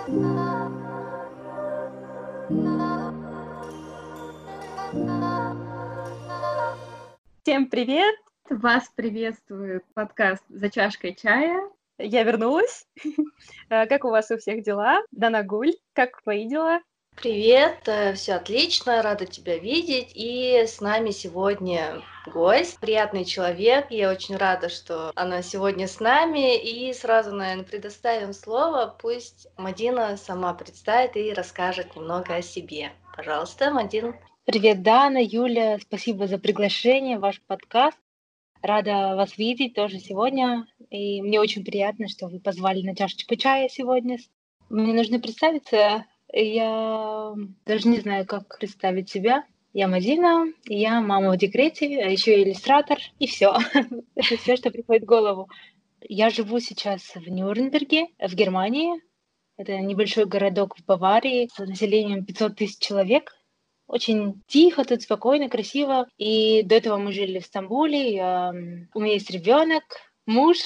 Всем привет! Вас приветствует подкаст «За чашкой чая». Я вернулась. Как у вас у всех дела? Данагуль, как твои дела? Привет, все отлично, рада тебя видеть. И с нами сегодня гость, приятный человек. Я очень рада, что она сегодня с нами. И сразу, наверное, предоставим слово. Пусть Мадина сама представит и расскажет немного о себе. Пожалуйста, Мадин. Привет, Дана, Юля, спасибо за приглашение в ваш подкаст. Рада вас видеть тоже сегодня. И мне очень приятно, что вы позвали на чашечку чая сегодня. Мне нужно представиться. Я даже не знаю, как представить себя. Я Мадина, я мама в декрете, а еще иллюстратор, и все. Это все, что приходит в голову. Я живу сейчас в Нюрнберге, в Германии. Это небольшой городок в Баварии с населением 500 тысяч человек. Очень тихо, тут спокойно, красиво. И до этого мы жили в Стамбуле. У меня есть ребенок, муж.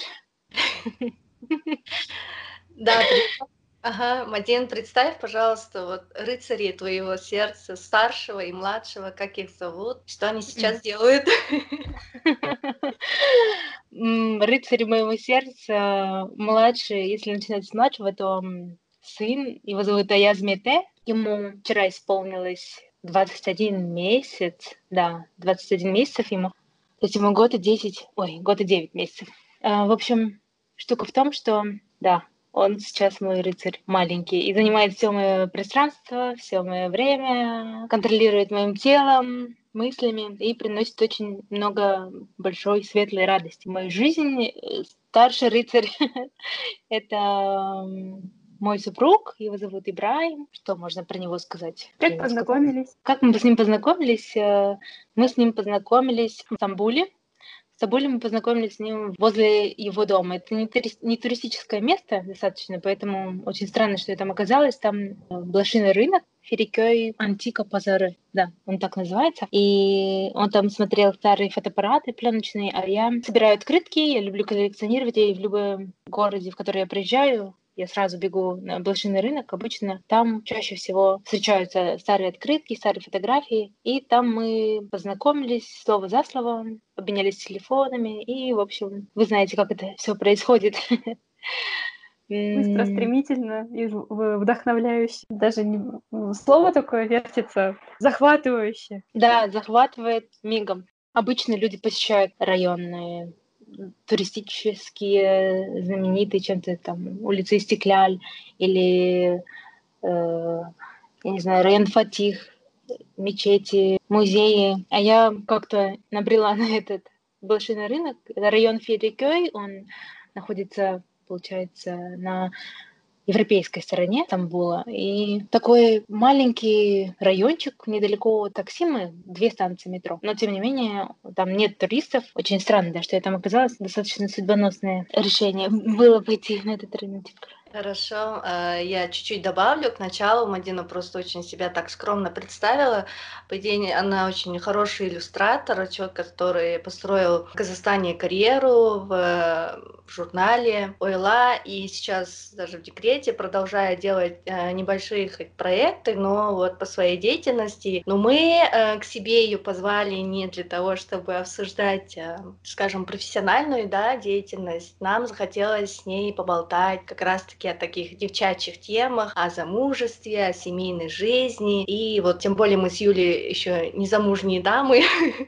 Да, ага, Мадин, представь, пожалуйста, вот рыцарей твоего сердца, старшего и младшего, как их зовут, что они сейчас делают? Рыцарь моего сердца, младший, если начинать с младшего, то сын, его зовут Аяз Мете. Ему вчера исполнилось 21 месяц, да, 21 месяцев ему. То есть ему год и 9 месяцев. В общем, штука в том, что, да, он сейчас мой рыцарь маленький и занимает все мое пространство, все мое время, контролирует моим телом, мыслями и приносит очень много большой светлой радости в мою жизнь. Старший рыцарь — это мой супруг, его зовут Ибраим. Что можно про него сказать? Как познакомились? Как мы с ним познакомились? Мы с ним познакомились в Стамбуле. В Стамбуле мы познакомились с ним возле его дома. Это не туристическое место достаточно, поэтому очень странно, что я там оказалась. Там блошиный рынок, Ферикёй Антика Пазары, да, он так называется. И он там смотрел старые фотоаппараты пленочные, а я собираю открытки, я люблю коллекционировать, и в любом городе, в который я приезжаю, я сразу бегу на блошиный рынок. Обычно там чаще всего встречаются старые открытки, старые фотографии. И там мы познакомились слово за слово, обменялись телефонами. И, в общем, вы знаете, как это все происходит. Быстро, стремительно и вдохновляюще. Даже слово такое вертится, захватывающе. Да, захватывает мигом. Обычно люди посещают районные туристические, знаменитые чем-то там улицы Истекляль или, я не знаю, район Фатих, мечети, музеи. А я как-то набрела на этот блошиный рынок. Это район Ферикёй, он находится, получается, на европейской стороне Стамбула. И такой маленький райончик недалеко от Таксимы, 2 станции метро. Но, тем не менее, там нет туристов. Очень странно, да, что я там оказалась. Достаточно судьбоносное решение было пойти на этот рыночек. Хорошо, я чуть-чуть добавлю. К началу Мадина просто очень себя так скромно представила. По идее, она очень хороший иллюстратор, человек, который построил в Казахстане карьеру в журнале Ойла, и сейчас даже в декрете продолжает делать небольшие проекты, но вот по своей деятельности. Но мы к себе ее позвали не для того, чтобы обсуждать, скажем, профессиональную, да, деятельность. Нам захотелось с ней поболтать как раз-таки о таких девчачьих темах, о замужестве, о семейной жизни. И вот тем более мы с Юлей еще не замужние дамы,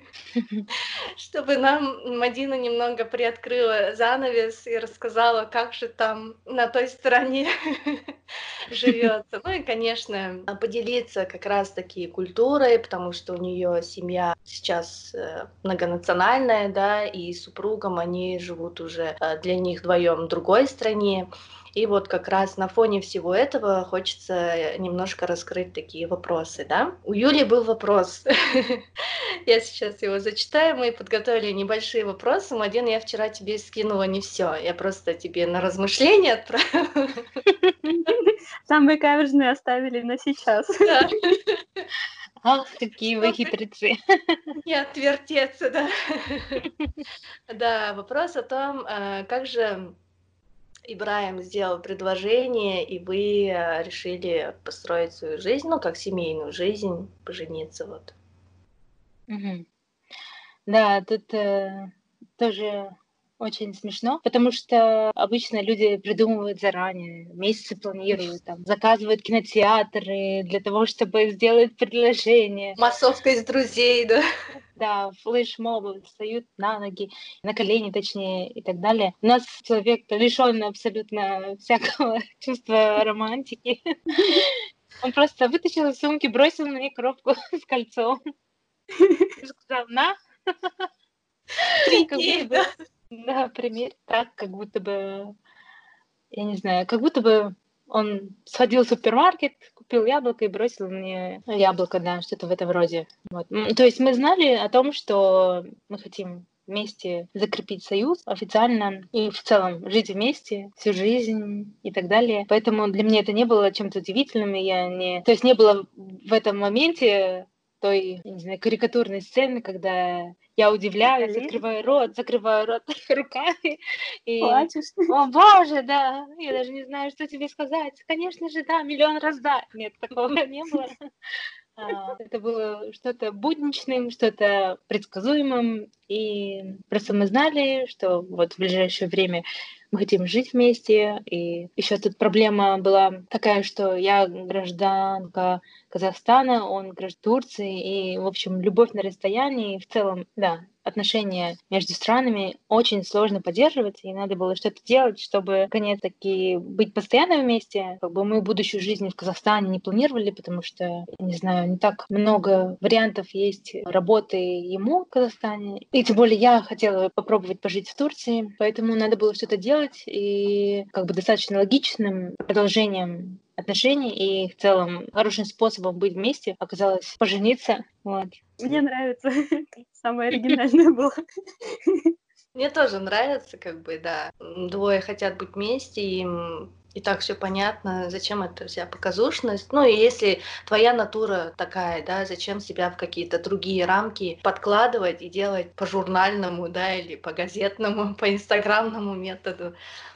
чтобы нам Мадина немного приоткрыла занавес и рассказала, как же там на той стороне живется. Ну и, конечно, поделиться как раз-таки культурой, потому что у нее семья сейчас многонациональная, да, и с супругом они живут уже для них вдвоем в другой стране. И вот как раз на фоне всего этого хочется немножко раскрыть такие вопросы, да? У Юли был вопрос. Я сейчас его зачитаю. Мы подготовили небольшие вопросы. Один я вчера тебе скинула не все. Я просто тебе на размышление отправила. Самые каверзные оставили на сейчас. Ах, какие вы хитрецы. Не отвертеться, да. Да, вопрос о том, как же Ибрahim сделал предложение, и вы решили построить свою жизнь, ну, как семейную жизнь, пожениться, вот. Мгм. Да, тут тоже очень смешно, потому что обычно люди придумывают заранее, месяцы планируют, там, заказывают кинотеатры для того, чтобы сделать предложение. Массовка из друзей, да? Да, флешмобы встают на ноги, на колени точнее и так далее. У нас человек лишён абсолютно всякого чувства романтики. Он просто вытащил из сумки, бросил мне коробку с кольцом и сказал: "На!" Как будто Прикинь, бы, да? да, примерь так, как будто бы, я не знаю, как будто бы он сходил в супермаркет, купил яблоко и бросил мне яблоко, да, что-то в этом роде. Вот. То есть мы знали о том, что мы хотим вместе закрепить союз официально и в целом жить вместе всю жизнь и так далее. Поэтому для меня это не было чем-то удивительным, и я не... То есть не было в этом моменте той, я не знаю, карикатурной сцены, когда я удивляюсь, Болезнь? закрываю рот руками и Плачешь? о боже, да, я даже не знаю, что тебе сказать. Конечно же, да, миллион раз да. Нет, такого не было. Это было что-то будничным, что-то предсказуемым, и просто мы знали, что вот в ближайшее время мы хотим жить вместе, и еще тут проблема была такая, что я гражданка Казахстана, он граждан Турции, и, в общем, любовь на расстоянии, в целом, да, отношения между странами очень сложно поддерживать, и надо было что-то делать, чтобы, наконец-таки, быть постоянно вместе. Как бы мы будущую жизнь в Казахстане не планировали, потому что, я не знаю, не так много вариантов есть работы ему в Казахстане. И тем более я хотела попробовать пожить в Турции, поэтому надо было что-то делать, и как бы достаточно логичным продолжением отношений и в целом хорошим способом быть вместе оказалось пожениться. Вот. Мне нравится. Самое оригинальное было. Мне тоже нравится, как бы, да. Двое хотят быть вместе, им и так все понятно, зачем эта вся показушность. Ну и если твоя натура такая, да, зачем себя в какие-то другие рамки подкладывать и делать по журнальному, да, или по газетному, по инстаграмному методу.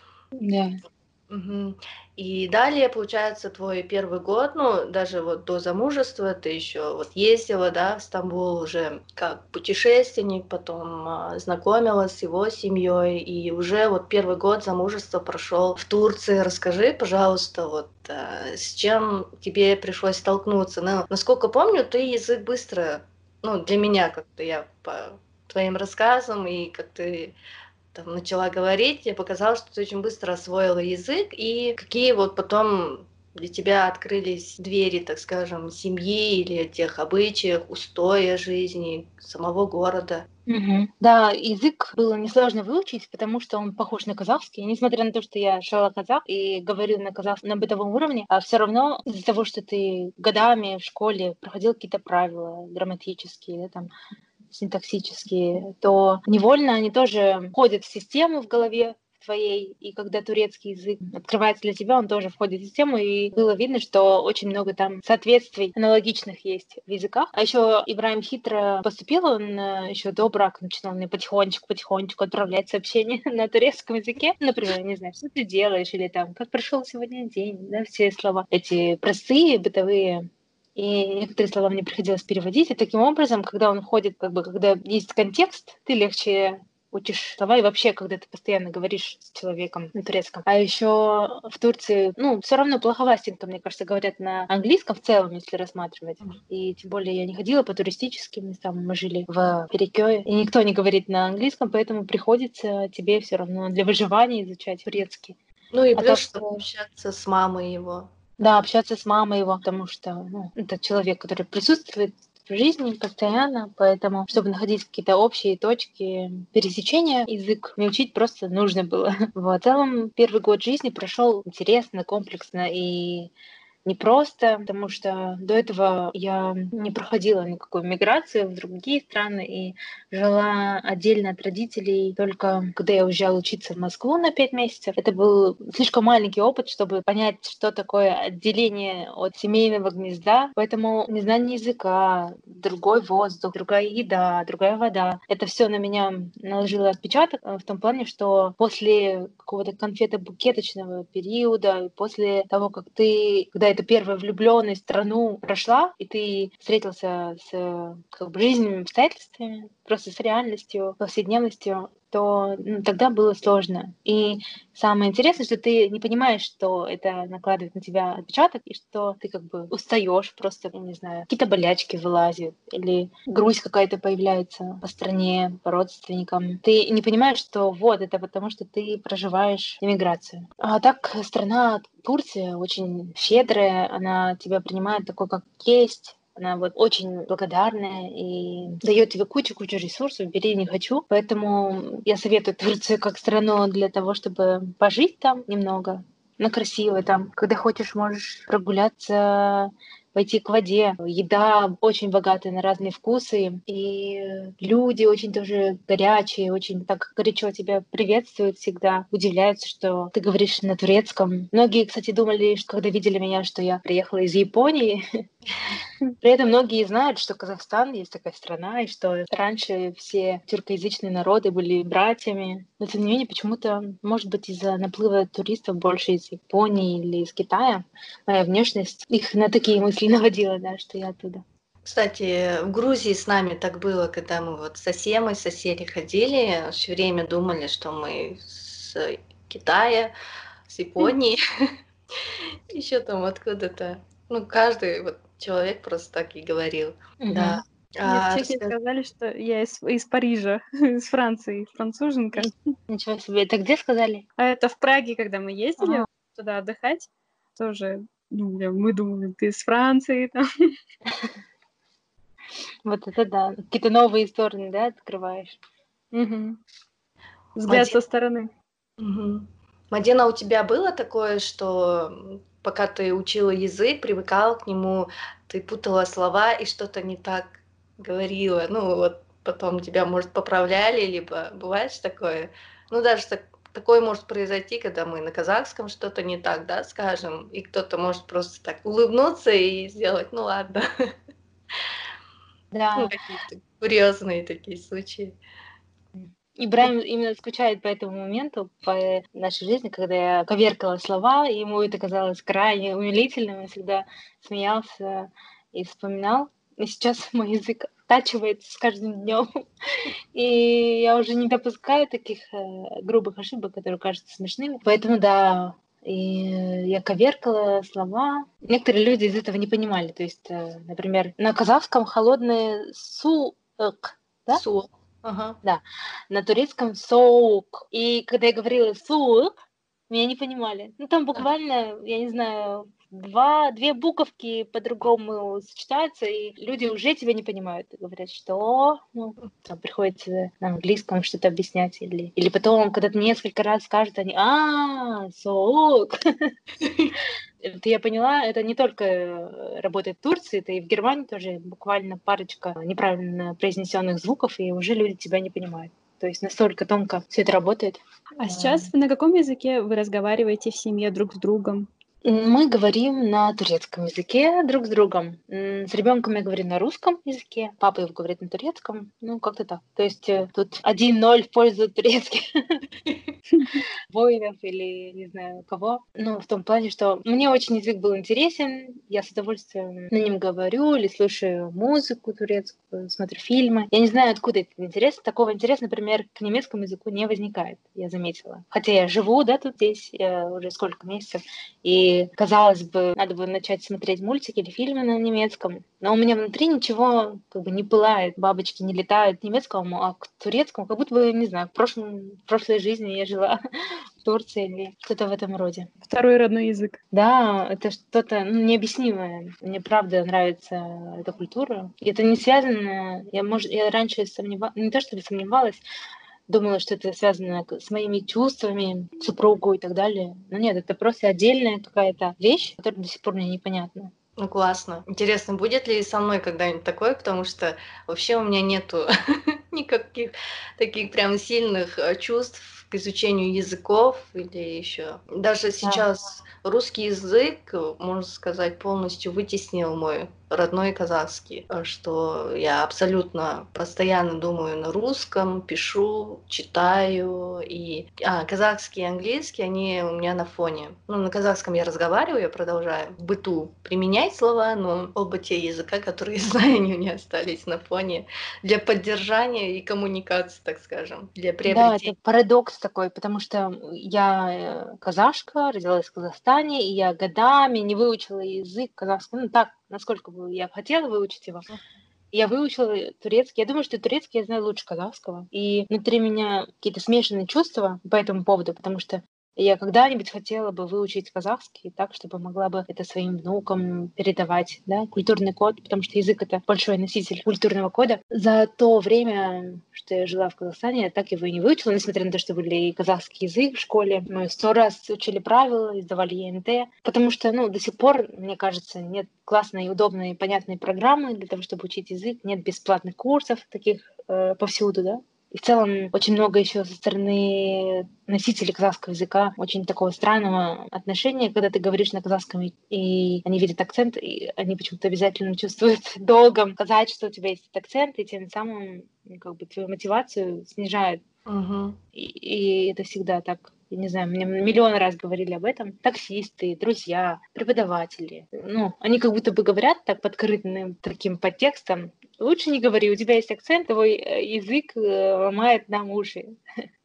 Да. Мгм. И далее, получается, твой первый год, ну, даже вот до замужества ты еще вот ездила, да, в Стамбул уже как путешественник, потом знакомилась с его семьей, и уже вот первый год замужества прошел в Турции. Расскажи, пожалуйста, вот с чем тебе пришлось столкнуться? Ну, насколько помню, ты язык быстро, ну, для меня как-то я по твоим рассказам и как ты там начала говорить, мне показалось, что ты очень быстро освоила язык, и какие вот потом для тебя открылись двери, так скажем, семьи или тех обычаев, устоя жизни, самого города. Мгм. Да, язык было несложно выучить, потому что он похож на казахский. Несмотря на то, что я шала-казах и говорю на бытовом уровне, а все равно из-за того, что ты годами в школе проходил какие-то правила грамматические, да, там, синтаксические, то невольно они тоже входят в систему в голове твоей, и когда турецкий язык открывается для тебя, он тоже входит в систему, и было видно, что очень много там соответствий аналогичных есть в языках. А еще Ибрahim хитро поступил, он еще до брака начинал мне потихонечку отправлять сообщения на турецком языке. Например, не знаю, что ты делаешь, или там, как прошел сегодня день, да, все слова эти простые, бытовые, и некоторые слова мне приходилось переводить. И таким образом, когда он входит, как бы, когда есть контекст, ты легче учишь слова и вообще, когда ты постоянно говоришь с человеком на турецком. А еще в Турции, ну, все равно плоховастенько, мне кажется, говорят на английском в целом, если рассматривать. И тем более я не ходила по туристическим местам, мы жили в Перекёе, и никто не говорит на английском, поэтому приходится тебе все равно для выживания изучать турецкий. Ну и А плюс, так, чтобы общаться с мамой его. да, общаться с мамой его, потому что ну, это человек, который присутствует в жизни постоянно, поэтому, чтобы находить какие-то общие точки пересечения, язык не учить просто нужно было. Вот. В целом, первый год жизни прошел интересно, комплексно, и непросто, потому что до этого я не проходила никакой миграции в другие страны и жила отдельно от родителей только когда я уезжала учиться в Москву на 5 месяцев. Это был слишком маленький опыт, чтобы понять, что такое отделение от семейного гнезда. Поэтому незнание языка, другой воздух, другая еда, другая вода. Это все на меня наложило отпечаток в том плане, что после какого-то конфетно-букеточного периода, после того, когда эта первая влюбленность в страну прошла, и ты встретился с как бы жизненными обстоятельствами, просто с реальностью, повседневностью, то тогда было сложно. И самое интересное, что ты не понимаешь, что это накладывает на тебя отпечаток, и что ты как бы устаешь просто, я не знаю, какие-то болячки вылазят, или грусть какая-то появляется по стране, по родственникам. Ты не понимаешь, что вот это потому, что ты проживаешь иммиграцию. А так страна Турция очень щедрая, она тебя принимает такой, как есть. Она вот очень благодарная и дает тебе кучу ресурсов, бери, не хочу. Поэтому я советую Турцию как страну для того, чтобы пожить там немного. Она красивая там. Когда хочешь, можешь прогуляться, пойти к воде. Еда очень богатая на разные вкусы. И люди очень тоже горячие, очень так горячо тебя приветствуют всегда. Удивляются, что ты говоришь на турецком. Многие, кстати, думали, что, когда видели меня, что я приехала из Японии. При этом многие знают, что Казахстан есть такая страна, и что раньше все тюркоязычные народы были братьями. Но тем не менее, почему-то, может быть, из-за наплыва туристов больше из Японии или из Китая, моя внешность их на такие мысли наводила, да, что я оттуда. Кстати, в Грузии с нами так было, когда мы вот с Осемой, соседи ходили, все время думали, что мы с Китая, с Японии, еще там откуда-то. Ну, каждый вот человек просто так и говорил. Да. Мне в Чехии сказали, что я из Парижа, из Франции, француженка. Ничего себе. Это где сказали? А это в Праге, когда мы ездили туда отдыхать, тоже мы думали, ты из Франции там. Вот это да. Какие-то новые стороны, да, открываешь. Взгляд со стороны. Мадина, у тебя было такое, что пока ты учила язык, привыкала к нему, ты путала слова и что-то не так говорила? Ну, вот потом тебя, может, поправляли, либо бывает же такое? Ну, даже такое может произойти, когда мы на казахском что-то не так, да, скажем, и кто-то может просто так улыбнуться и сделать, ну, ладно. Да. Ну, какие-то курьезные такие случаи. Ибраим именно скучает по этому моменту, по нашей жизни, когда я коверкала слова, и ему это казалось крайне умилительным, он всегда смеялся и вспоминал. И сейчас мой язык оттачивается с каждым днем, и я уже не допускаю таких грубых ошибок, которые кажутся смешными. Поэтому да, и я коверкала слова. Некоторые люди из этого не понимали. То есть, например, на казахском холодное суык, да? Суык. Ага. Да, на турецком соук. И когда я говорила суук, меня не понимали. Ну, там буквально, я не знаю, две буковки по-другому сочетаются, и люди уже тебя не понимают. И говорят, что там приходится на английском что-то объяснять. Или потом, когда ты несколько раз скажут, они соук. Это я поняла, это не только работает в Турции, это и в Германии тоже буквально парочка неправильно произнесенных звуков, и уже люди тебя не понимают. То есть настолько тонко все это работает. А сейчас на каком языке вы разговариваете в семье друг с другом? Мы говорим на турецком языке друг с другом. С ребенком я говорю на русском языке, папа его говорит на турецком. Ну, как-то так. То есть тут 1-0 в пользу турецких воинов или не знаю кого. Ну, в том плане, что мне очень язык был интересен. Я с удовольствием на нем говорю или слушаю музыку турецкую, смотрю фильмы. Я не знаю, откуда этот интерес. Такого интереса, например, к немецкому языку не возникает, я заметила. Хотя я живу, да, тут здесь уже сколько месяцев. И, казалось бы, надо бы начать смотреть мультики или фильмы на немецком. Но у меня внутри ничего как бы не пылает, бабочки не летают к немецкому, а к турецкому. Как будто бы, не знаю, в прошлой жизни я жила в Турции или что-то в этом роде. Второй родной язык. Да, это что-то необъяснимое. Мне правда нравится эта культура. И это не связано... Я раньше сомневалась, не то чтобы сомневалась, думала, что это связано с моими чувствами, супругу и так далее. Но нет, это просто отдельная какая-то вещь, которая до сих пор мне непонятна. Ну, классно. Интересно, будет ли со мной когда-нибудь такое, потому что вообще у меня нету никаких таких прям сильных чувств к изучению языков или еще. Даже сейчас русский язык, можно сказать, полностью вытеснил мой родной казахский, что я абсолютно постоянно думаю на русском, пишу, читаю, и казахский и английский, они у меня на фоне. Ну, на казахском я разговариваю, я продолжаю в быту применять слова, но оба те языка, которые я знаю, они у меня остались на фоне для поддержания и коммуникации, так скажем, для приобретения. Да, это парадокс такой, потому что я казашка, родилась в Казахстане, и я годами не выучила язык казахский, ну так, насколько бы я хотела выучить его. Я выучила турецкий. Я думаю, что турецкий я знаю лучше казахского. И внутри меня какие-то смешанные чувства по этому поводу, потому что я когда-нибудь хотела бы выучить казахский так, чтобы могла бы это своим внукам передавать, да, культурный код, потому что язык — это большой носитель культурного кода. За то время, что я жила в Казахстане, я так его и не выучила, несмотря на то, что были и казахский язык в школе. Мы 100 раз учили правила, издавали ЕНТ, потому что, до сих пор, мне кажется, нет классной, удобной, понятной программы для того, чтобы учить язык, нет бесплатных курсов таких повсюду, да. И в целом очень много еще со стороны носителей казахского языка очень такого странного отношения, когда ты говоришь на казахском, и они видят акцент, и они почему-то обязательно чувствуют долгом сказать, что у тебя есть этот акцент, и тем самым твою мотивацию снижают. И это всегда так. Я не знаю, мне миллион раз говорили об этом. Таксисты, друзья, преподаватели. Они как будто бы говорят так подкрытым таким подтекстом. Лучше не говори, у тебя есть акцент, твой язык ломает нам уши.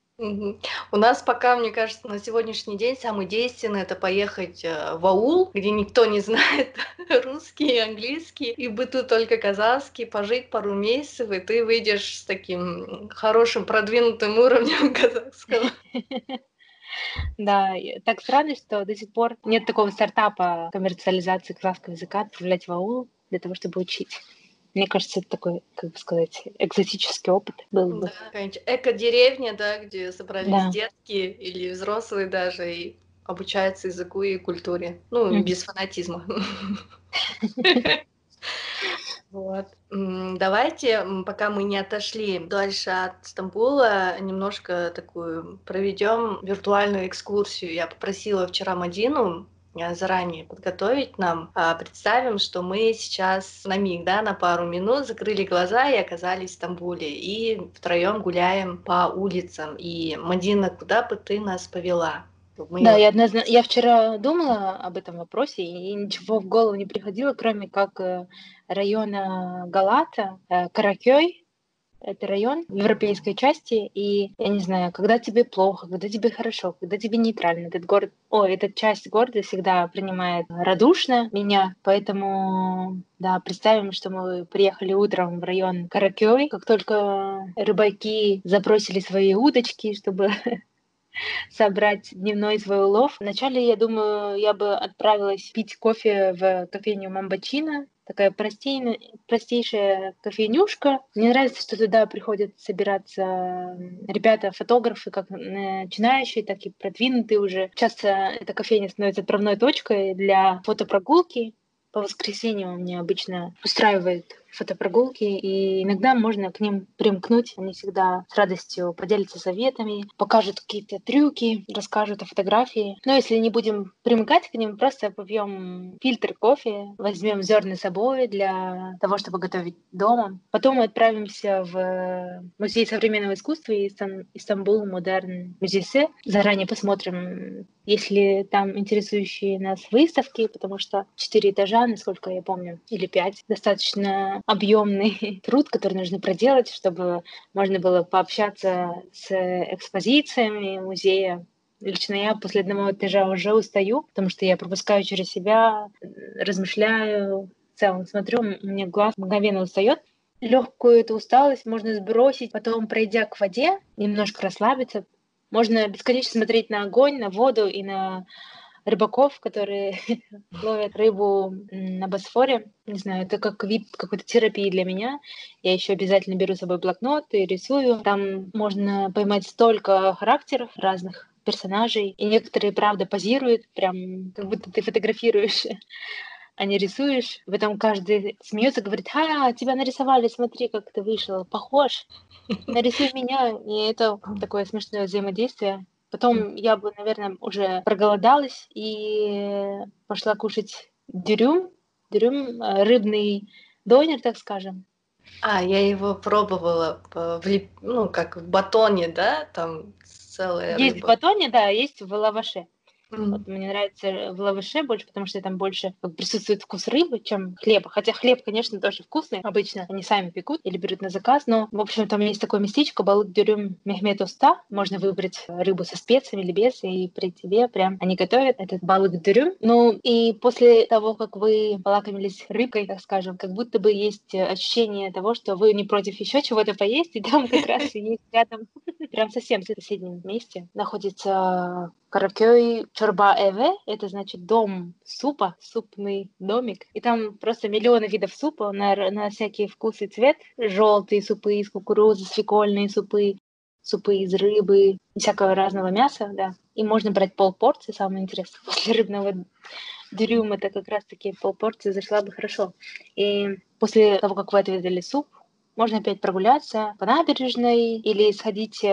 У нас пока, мне кажется, на сегодняшний день самый действенный — это поехать в аул, где никто не знает русский и английский, и в быту только казахский, пожить пару месяцев, и ты выйдешь с таким хорошим продвинутым уровнем казахского. Да, так странно, что до сих пор нет такого стартапа коммерциализации казахского языка, отправлять в аул для того, чтобы учить. Мне кажется, это такой, экзотический опыт был бы. Да, конечно. Эко-деревня, да, где собрались детки или взрослые даже и обучаются языку и культуре. Без фанатизма. Вот. Давайте, пока мы не отошли дальше от Стамбула, немножко такую проведем виртуальную экскурсию. Я попросила вчера Мадину заранее подготовить нам. Представим, что мы сейчас на миг, на пару минут закрыли глаза и оказались в Стамбуле. И втроем гуляем по улицам. И, Мадина, куда бы ты нас повела? Да, я вчера думала об этом вопросе, и ничего в голову не приходило, кроме как района Галата, Каракёй. Это район в европейской части, и я не знаю, когда тебе плохо, когда тебе хорошо, когда тебе нейтрально. Эта часть города всегда принимает радушно меня, поэтому, представим, что мы приехали утром в район Каракёй, как только рыбаки забросили свои удочки, чтобы собрать дневной свой улов. Вначале, я думаю, я бы отправилась пить кофе в кофейню Мамбачина. Такая простейшая кофейнюшка. Мне нравится, что туда приходят собираться ребята-фотографы, как начинающие, так и продвинутые уже. Часто эта кофейня становится отправной точкой для фотопрогулки. По воскресеньям мне обычно устраивают фотопрогулки, и иногда можно к ним примкнуть. Они всегда с радостью поделятся советами, покажут какие-то трюки, расскажут о фотографии. Но если не будем примыкать к ним, просто попьем фильтр кофе, возьмем зерна с собой для того, чтобы готовить дома. Потом мы отправимся в музей современного искусства Истанбул Модерн Музейсе. Заранее посмотрим, есть ли там интересующие нас выставки, потому что 4 этажа, насколько я помню, или 5, достаточно объемный труд, который нужно проделать, чтобы можно было пообщаться с экспозициями музея. Лично я после одного этажа уже устаю, потому что я пропускаю через себя, размышляю, в целом смотрю, у меня глаз мгновенно устает. Легкую эту усталость можно сбросить, потом, пройдя к воде, немножко расслабиться. Можно бесконечно смотреть на огонь, на воду и на рыбаков, которые ловят рыбу на Босфоре. Не знаю, это как вид какой-то терапии для меня. Я еще обязательно беру с собой блокнот и рисую. Там можно поймать столько характеров разных персонажей, и некоторые, правда, позируют, прям как будто ты фотографируешь, а не рисуешь. Потом каждый смеется, говорит: тебя нарисовали, смотри, как ты вышел, похож, нарисуй меня. И это такое смешное взаимодействие. Потом я бы, наверное, уже проголодалась и пошла кушать дюрюм, рыбный донер, так скажем. Я его пробовала как в батоне, да, там целая Есть в рыба. батоне, да, есть в лаваше. Вот Мгм. мне нравится в лаваше больше, потому что там больше присутствует вкус рыбы, чем хлеба. Хотя хлеб, конечно, тоже вкусный. Обычно они сами пекут или берут на заказ. Но, в общем, там есть такое местечко Балык Дюрюм Мехмед Уста. Можно выбрать рыбу со специями или без, и при тебе прям они готовят этот Балык Дюрюм. Ну, и после того, как вы полакомились рыбкой, так скажем, как будто бы есть ощущение того, что вы не против еще чего-то поесть, и там как раз и есть рядом, прям совсем в соседнем месте, находится Каракёй Чорба Эве, это значит дом супа, супный домик. И там просто миллионы видов супа на всякий вкус и цвет. Желтые супы из кукурузы, свекольные супы, супы из рыбы, всякого разного мяса, да. И можно брать полпорции, самое интересное. После рыбного дюрюма это как раз-таки полпорции зашла бы хорошо. И после того, как вы отведали суп, можно опять прогуляться по набережной или сходить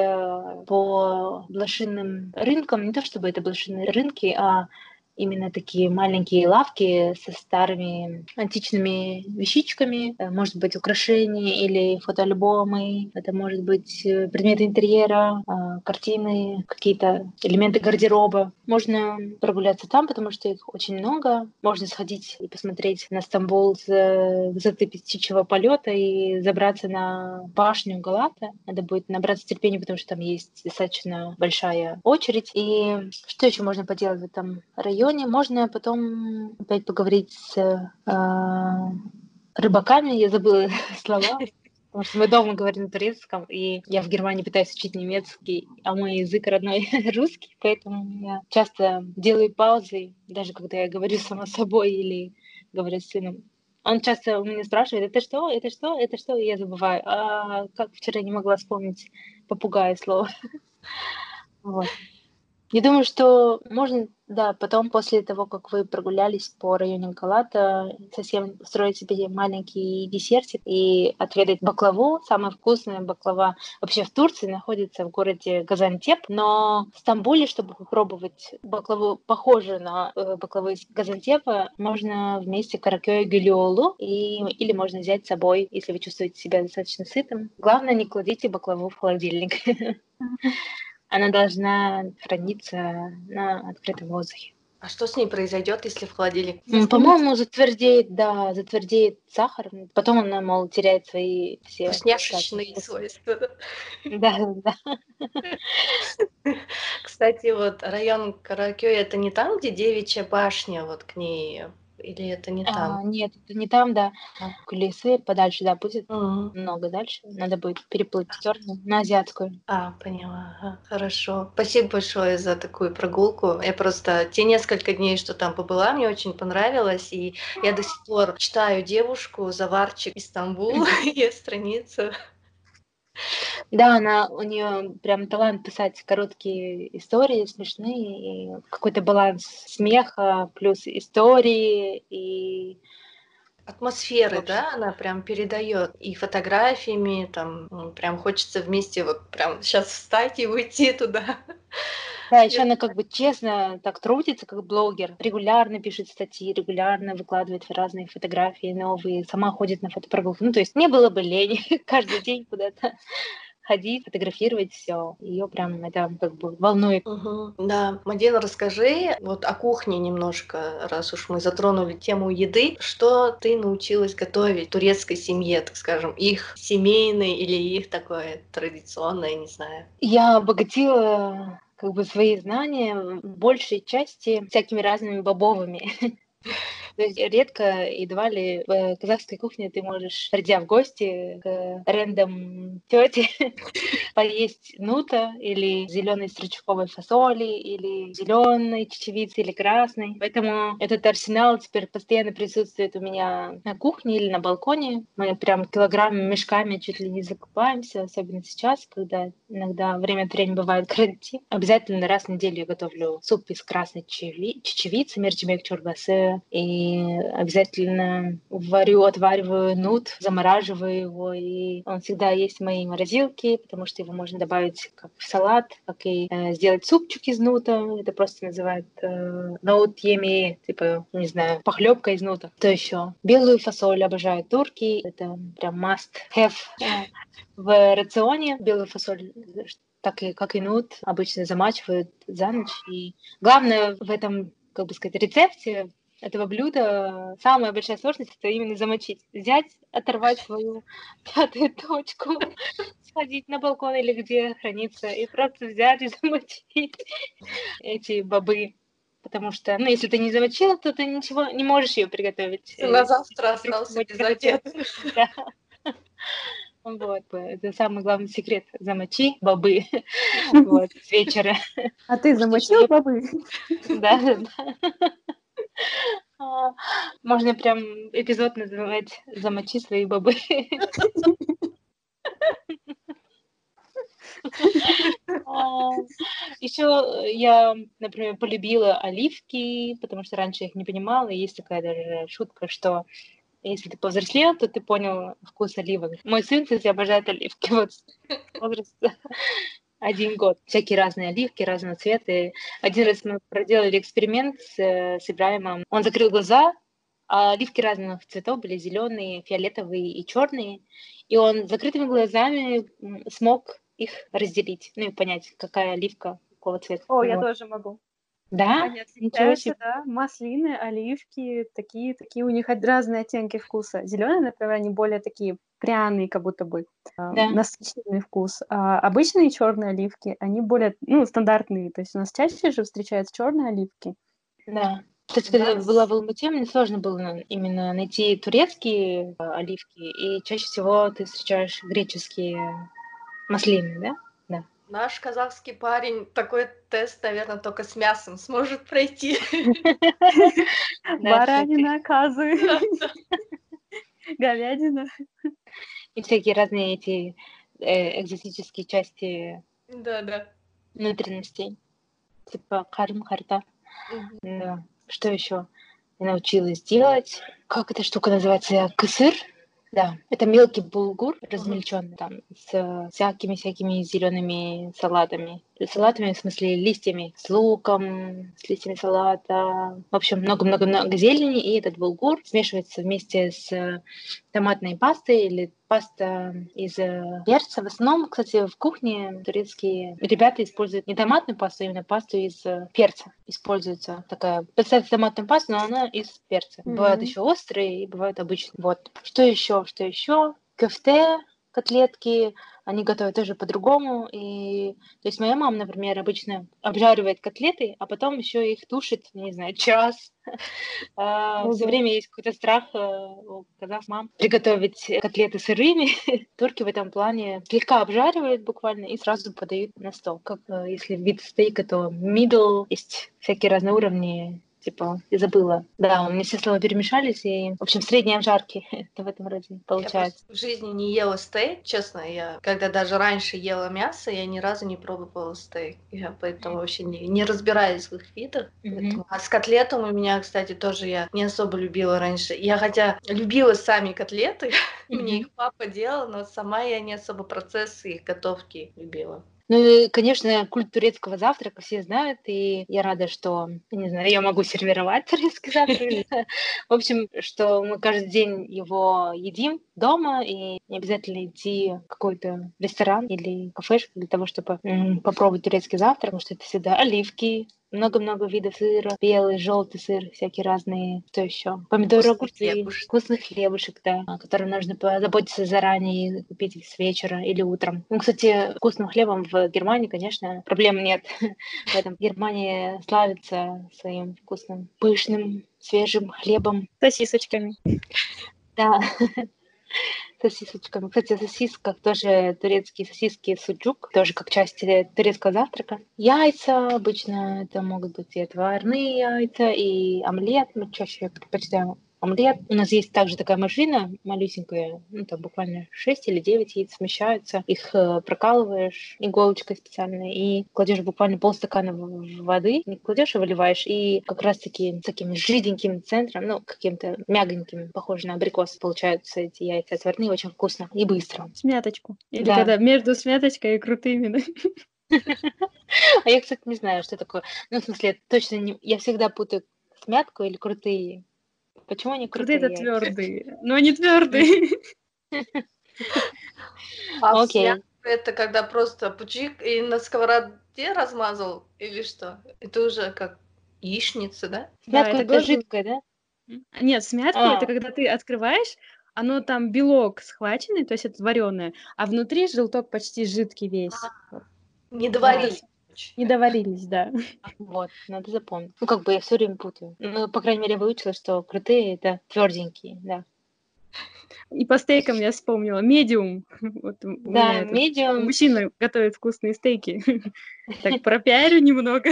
по блошиным рынкам. Не то чтобы это блошиные рынки, а именно такие маленькие лавки со старыми античными вещичками. Может быть, украшения или фотоальбомы. Это может быть предметы интерьера, картины, какие-то элементы гардероба. Можно прогуляться там, потому что их очень много. Можно сходить и посмотреть на Стамбул с высоты птичьего полета и забраться на башню Галата. Надо будет набраться терпения, потому что там есть достаточно большая очередь. И что еще можно поделать в этом районе? Можно потом опять поговорить с рыбаками. Я забыла слова. Потому что мы дома говорим на турецком, и я в Германии пытаюсь учить немецкий, а мой язык родной русский, поэтому я часто делаю паузы, даже когда я говорю сама собой или говорю с сыном. Он часто у меня спрашивает: это что, это что, это что, и я забываю. А как вчера не могла вспомнить попугая слово. Вот. Я думаю, что можно, да, потом, после того, как вы прогулялись по району Галата, совсем устроить себе маленький десертик и отведать баклаву. Самая вкусная баклава вообще в Турции находится в городе Газантеп, но в Стамбуле, чтобы попробовать баклаву, похожую на баклаву из Газантепа, можно вместе каракёй гюльолу, или можно взять с собой, если вы чувствуете себя достаточно сытым. Главное, не кладите баклаву в холодильник. Она должна храниться на открытом воздухе. А что с ней произойдет, если в холодильник? По-моему, затвердеет сахар. Потом она, мол, теряет свои все Вкусняшечные вкусы. свойства. Да, да. Кстати, вот район Каракёй — это не там, где Девичья башня, вот к ней, или это не там? Нет, это не там, да. А. Колесы подальше, да, будет Мгм. много дальше. Надо будет переплыть в сторону, на азиатскую. Поняла. Ага, хорошо. Спасибо большое за такую прогулку. Я просто те несколько дней, что там побыла, мне очень понравилось, и я до сих пор читаю «Девушку», «Заварчик», «Истамбул», ее страницу. Да, у нее прям талант писать короткие истории, смешные, и какой-то баланс смеха плюс истории и в Атмосферы, общем. да, она прям передает и фотографиями, там прям хочется вместе вот прям сейчас встать и уйти туда. Да, еще она как бы честно так трудится, как блогер. Регулярно пишет статьи, регулярно выкладывает разные фотографии новые, сама ходит на фотопрогулки. Ну, то есть не было бы лень каждый день куда-то ходить, фотографировать все. Ее прям это как бы волнует. Мгм. Да, Мадина, расскажи вот о кухне немножко, раз уж мы затронули тему еды. Что ты научилась готовить в турецкой семье, так скажем, их семейной или их такое традиционное, не знаю. Я обогатила как бы свои знания в большей части всякими разными бобовыми. То есть редко, едва ли в казахской кухне ты можешь, придя в гости к рандом тете, поесть нута или зеленой стручковой фасоли, или зеленой чечевицы, или красной. Поэтому этот арсенал теперь постоянно присутствует у меня на кухне или на балконе. Мы прям килограммами, мешками чуть ли не закупаемся, особенно сейчас, когда иногда время от времени бывает карантин. Обязательно раз в неделю я готовлю суп из красной чечевицы, мерчимек чорбасы, и обязательно отвариваю нут, замораживаю его, и он всегда есть в моей морозилке, потому что его можно добавить как в салат, как и сделать супчик из нута. Это просто называют ноут еми, типа, не знаю, похлебка из нута. Что еще? Белую фасоль обожают турки. Это прям must have в рационе. Белую фасоль, так и как и нут, обычно замачивают за ночь. И главное в этом, как бы сказать, рецепте этого блюда, самая большая сложность — это именно замочить. Взять, оторвать свою пятую точку, сходить на балкон или где хранится, и просто взять и замочить эти бобы. Потому что, если ты не замочила, то ты ничего не можешь ее приготовить. На завтра остался без одежды. Да. Вот, это самый главный секрет. Замочи бобы вот, с вечера. А ты замочил бобы? Да. Можно прям эпизод называть «Замочи свои бобы». Еще я, например, полюбила оливки, потому что раньше я их не понимала. Есть такая даже шутка, что если ты повзрослел, то ты понял вкус оливок. Мой сын, кстати, обожает оливки. Вот возраста 1 год. Всякие разные оливки, разного цвета. Один раз мы проделали эксперимент с Ибраимом. Он закрыл глаза, а оливки разных цветов были: зеленые, фиолетовые и черные. И он с закрытыми глазами смог их разделить, и понять, какая оливка какого цвета. О, я тоже могу. Да? Они отличаются, да. Маслины, оливки, такие у них разные оттенки вкуса. Зеленые, например, они более такие пряные, как будто бы насыщенный вкус. А обычные черные оливки, они более, стандартные. То есть у нас чаще же встречаются черные оливки. Да. Кстати, когда была в Алмате, мне сложно было именно найти турецкие оливки, и чаще всего ты встречаешь греческие маслины, да? Да. Наш казахский парень такой тест, наверное, только с мясом сможет пройти. Баранина, козы, говядина. И всякие разные эти экзотические части внутренностей. Типа карм, харта. Да. Что еще я научилась делать? Как эта штука называется? Кысыр? Да, это мелкий булгур, размельченный там, с всякими зелеными салатами. Салатами, в смысле, листьями, с луком, с листьями салата. В общем, много-много-много зелени, и этот булгур смешивается вместе с томатной пастой или паста из перца. В основном, кстати, в кухне турецкие ребята используют не томатную пасту, а именно пасту из перца. Используется такая, представьте томатную пасту, но она из перца. Бывают еще острые и бывают обычные. Вот. Что еще? Кефте, котлетки, они готовят тоже по-другому. И то есть моя мама, например, обычно обжаривает котлеты, а потом еще их тушит, не знаю, час. Все время есть какой-то страх у казахских мам приготовить котлеты сырыми. Турки в этом плане слегка обжаривают буквально и сразу подают на стол. Как если вид стейка, то middle, есть всякие разные уровни. Типа, я забыла. Да, у меня все слова перемешались, и, в общем, средние обжарки. Это в этом роде получается. Я в жизни не ела стейк, честно. Я, когда даже раньше ела мясо, я ни разу не пробовала стейк. Я поэтому вообще не разбираюсь в их видах. А с котлетом у меня, кстати, тоже я не особо любила раньше. Я хотя любила сами котлеты, мне их папа делал, но сама я не особо процессы их готовки любила. Ну и, конечно, культ турецкого завтрака все знают, и я рада, что, не знаю, я могу сервировать турецкий завтрак. В общем, что мы каждый день его едим дома, и не обязательно идти в какой-то ресторан или кафешку для того, чтобы попробовать турецкий завтрак, потому что это всегда оливки, много-много видов сыра, белый, желтый сыр, всякие разные, что еще? Помидоры, огурцы, вкусный хлебушек, да, о котором нужно позаботиться заранее и купить с вечера или утром. Ну, кстати, вкусным хлебом в Германии, конечно, проблем нет. Поэтому Германия славится своим вкусным, пышным, свежим хлебом. Сосисочками. Да, сосисочками. Кстати, о сосисках тоже турецкие сосиски суджук, тоже как часть турецкого завтрака. Яйца обычно это могут быть и отварные яйца, и омлет. Мы чаще предпочитаем омлет. У нас есть также такая машина малюсенькая, ну там буквально 6 или 9 яиц смещаются. Их прокалываешь иголочкой специальной и кладешь буквально полстакана воды. Не кладешь, а выливаешь. И как раз-таки с таким жиденьким центром, ну каким-то мягоньким, похоже на абрикос, получаются эти яйца отварные, очень вкусно и быстро. Смяточку. Или Да. когда между смяточкой и крутыми, да? А я, кстати, не знаю, что такое. Ну, в смысле, точно не... Я всегда путаю смятку или крутые. Почему они Крутые крутые? это твердые, но они твердые. А Окей. смятка это когда просто пучик и на сковороде размазал или что? Это уже как яичница, да? Смятка это это тоже- жидкое, да? Нет, смятку это когда ты открываешь, оно там белок схваченный, то есть это вареное, а внутри желток почти жидкий весь. Не доварились. Не доварились, да. Вот, надо запомнить. Ну, как бы я все время путаю. Ну, по крайней мере, я выучила, что крутые это тверденькие, да. И по стейкам я вспомнила. Медиум. Вот у Да, меня этот медиум. мужчина готовит вкусные стейки. Так, пропиарю немного.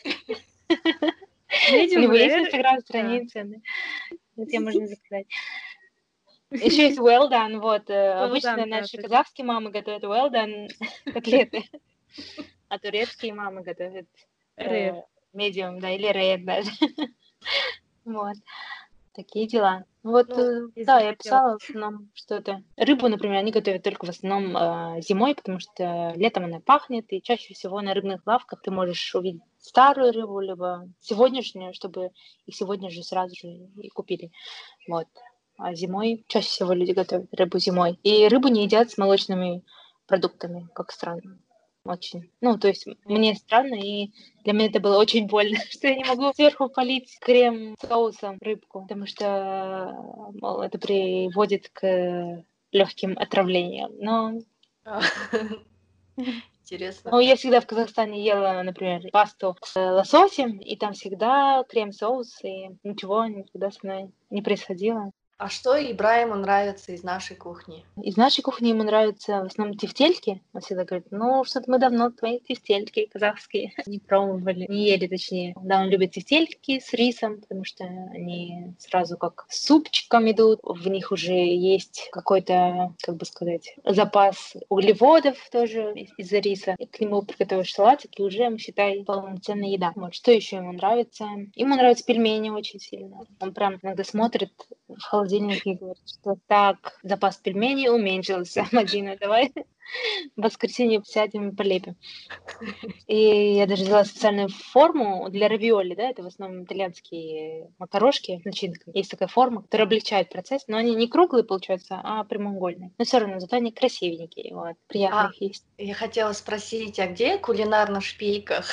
У Medium него есть rare. инстаграм-страница, да. Это можно заказать. Еще есть well done, вот. Обычно done, да, наши точно. казахские мамы готовят well done котлеты, а турецкие мамы готовят Rare. medium, да, или rare даже. Вот. Такие дела. Вот, Ну, да, я писала в основном что-то. Рыбу, например, они готовят только в основном зимой, потому что летом она пахнет, и чаще всего на рыбных лавках ты можешь увидеть старую рыбу, либо сегодняшнюю, чтобы их сегодня же сразу же и купили. Вот. А зимой чаще всего люди готовят рыбу зимой. И рыбу не едят с молочными продуктами, как странно. Очень. Ну, то есть мне странно, и для меня это было очень больно, что я не могу сверху полить крем-соусом рыбку, потому что мол, это приводит к легким отравлениям. Но Интересно. ну, я всегда в Казахстане ела, например, пасту с лососем, и там всегда крем-соус, и ничего никогда со мной не происходило. А что Ибраиму нравится из нашей кухни? Из нашей кухни ему нравятся в основном тефтельки. Он всегда говорит, ну, что-то мы давно твои тефтельки казахские не пробовали, не ели, точнее. Да, он любит тефтельки с рисом, потому что они сразу как супчиком идут. В них уже есть какой-то, как бы сказать, запас углеводов тоже из-за риса. И к нему приготовишь салатик, и уже, считай, полноценная еда. Вот, что еще ему нравится? Ему нравятся пельмени очень сильно. Он прям иногда смотрит в холодильник и говорит, что так, запас пельменей уменьшился. Мадина, давай в воскресенье сядем и полепим. И я даже взяла специальную форму для равиоли, да, это в основном итальянские макарошки с начинкой. Есть такая форма, которая облегчает процесс, но они не круглые получаются, а прямоугольные. Но все равно, зато они красивенькие, вот, приятно их есть. Я хотела спросить, а где кулинар на шпильках?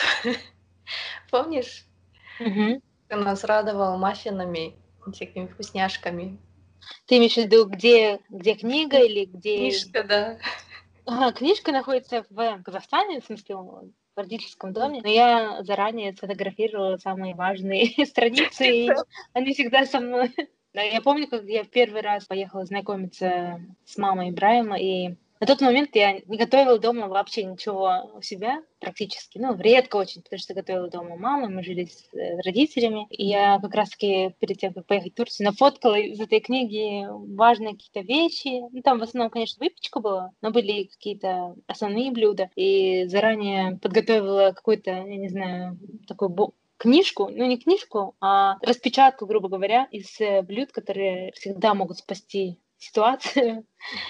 Помнишь? Угу. Ты нас радовал маффинами, всякими вкусняшками. Ты имеешь в виду, где книга или где... Книжка, да. Ага, книжка находится в Казахстане, в смысле, в родительском доме, но я заранее сфотографировала самые важные страницы, и они всегда со мной. Да, я помню, как я в первый раз поехала знакомиться с мамой Ибраима, и на тот момент я не готовила дома вообще ничего у себя практически, ну, редко очень, потому что готовила дома мама, мы жили с родителями, и я как раз-таки перед тем, как поехать в Турцию, нафоткала из этой книги важные какие-то вещи, ну, там в основном, конечно, выпечка была, но были какие-то основные блюда, и заранее подготовила какой-то, я не знаю, такой книжку, ну не книжку, а распечатку, грубо говоря, из блюд, которые всегда могут спасти ситуацию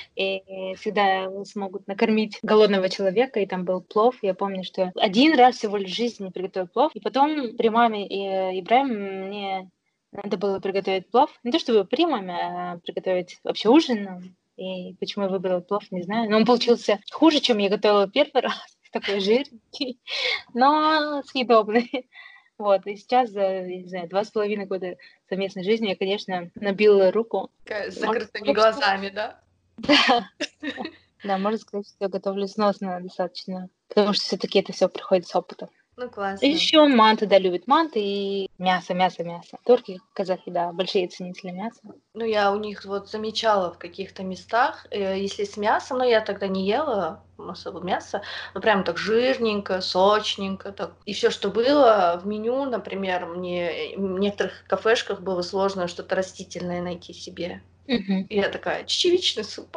и всегда смогут накормить голодного человека, и там был плов. Я помню, что один раз всего лишь в жизни приготовил плов, и потом при маме и Ибраиме мне надо было приготовить плов. Не то чтобы при маме, а приготовить вообще ужин. И почему я выбрала плов, не знаю. Но он получился хуже, чем я готовила первый раз. Такой жирный, но съедобный. Вот, и сейчас за, не знаю, 2,5 года совместной жизни я, конечно, набила руку. С закрытыми глазами, да? Да. Да, можно сказать, что я готовлю сносно достаточно, потому что все-таки это все приходит с опытом. Ну, классно. Еще манты, да, любят манты и мясо. Турки, казахи, да, большие ценители мяса. Ну, я у них вот замечала в каких-то местах, если с мясом, но я тогда не ела особо мясо, но прям так жирненько, сочненько, так. И все, что было в меню, например, мне в некоторых кафешках было сложно что-то растительное найти себе. И я такая, чечевичный суп.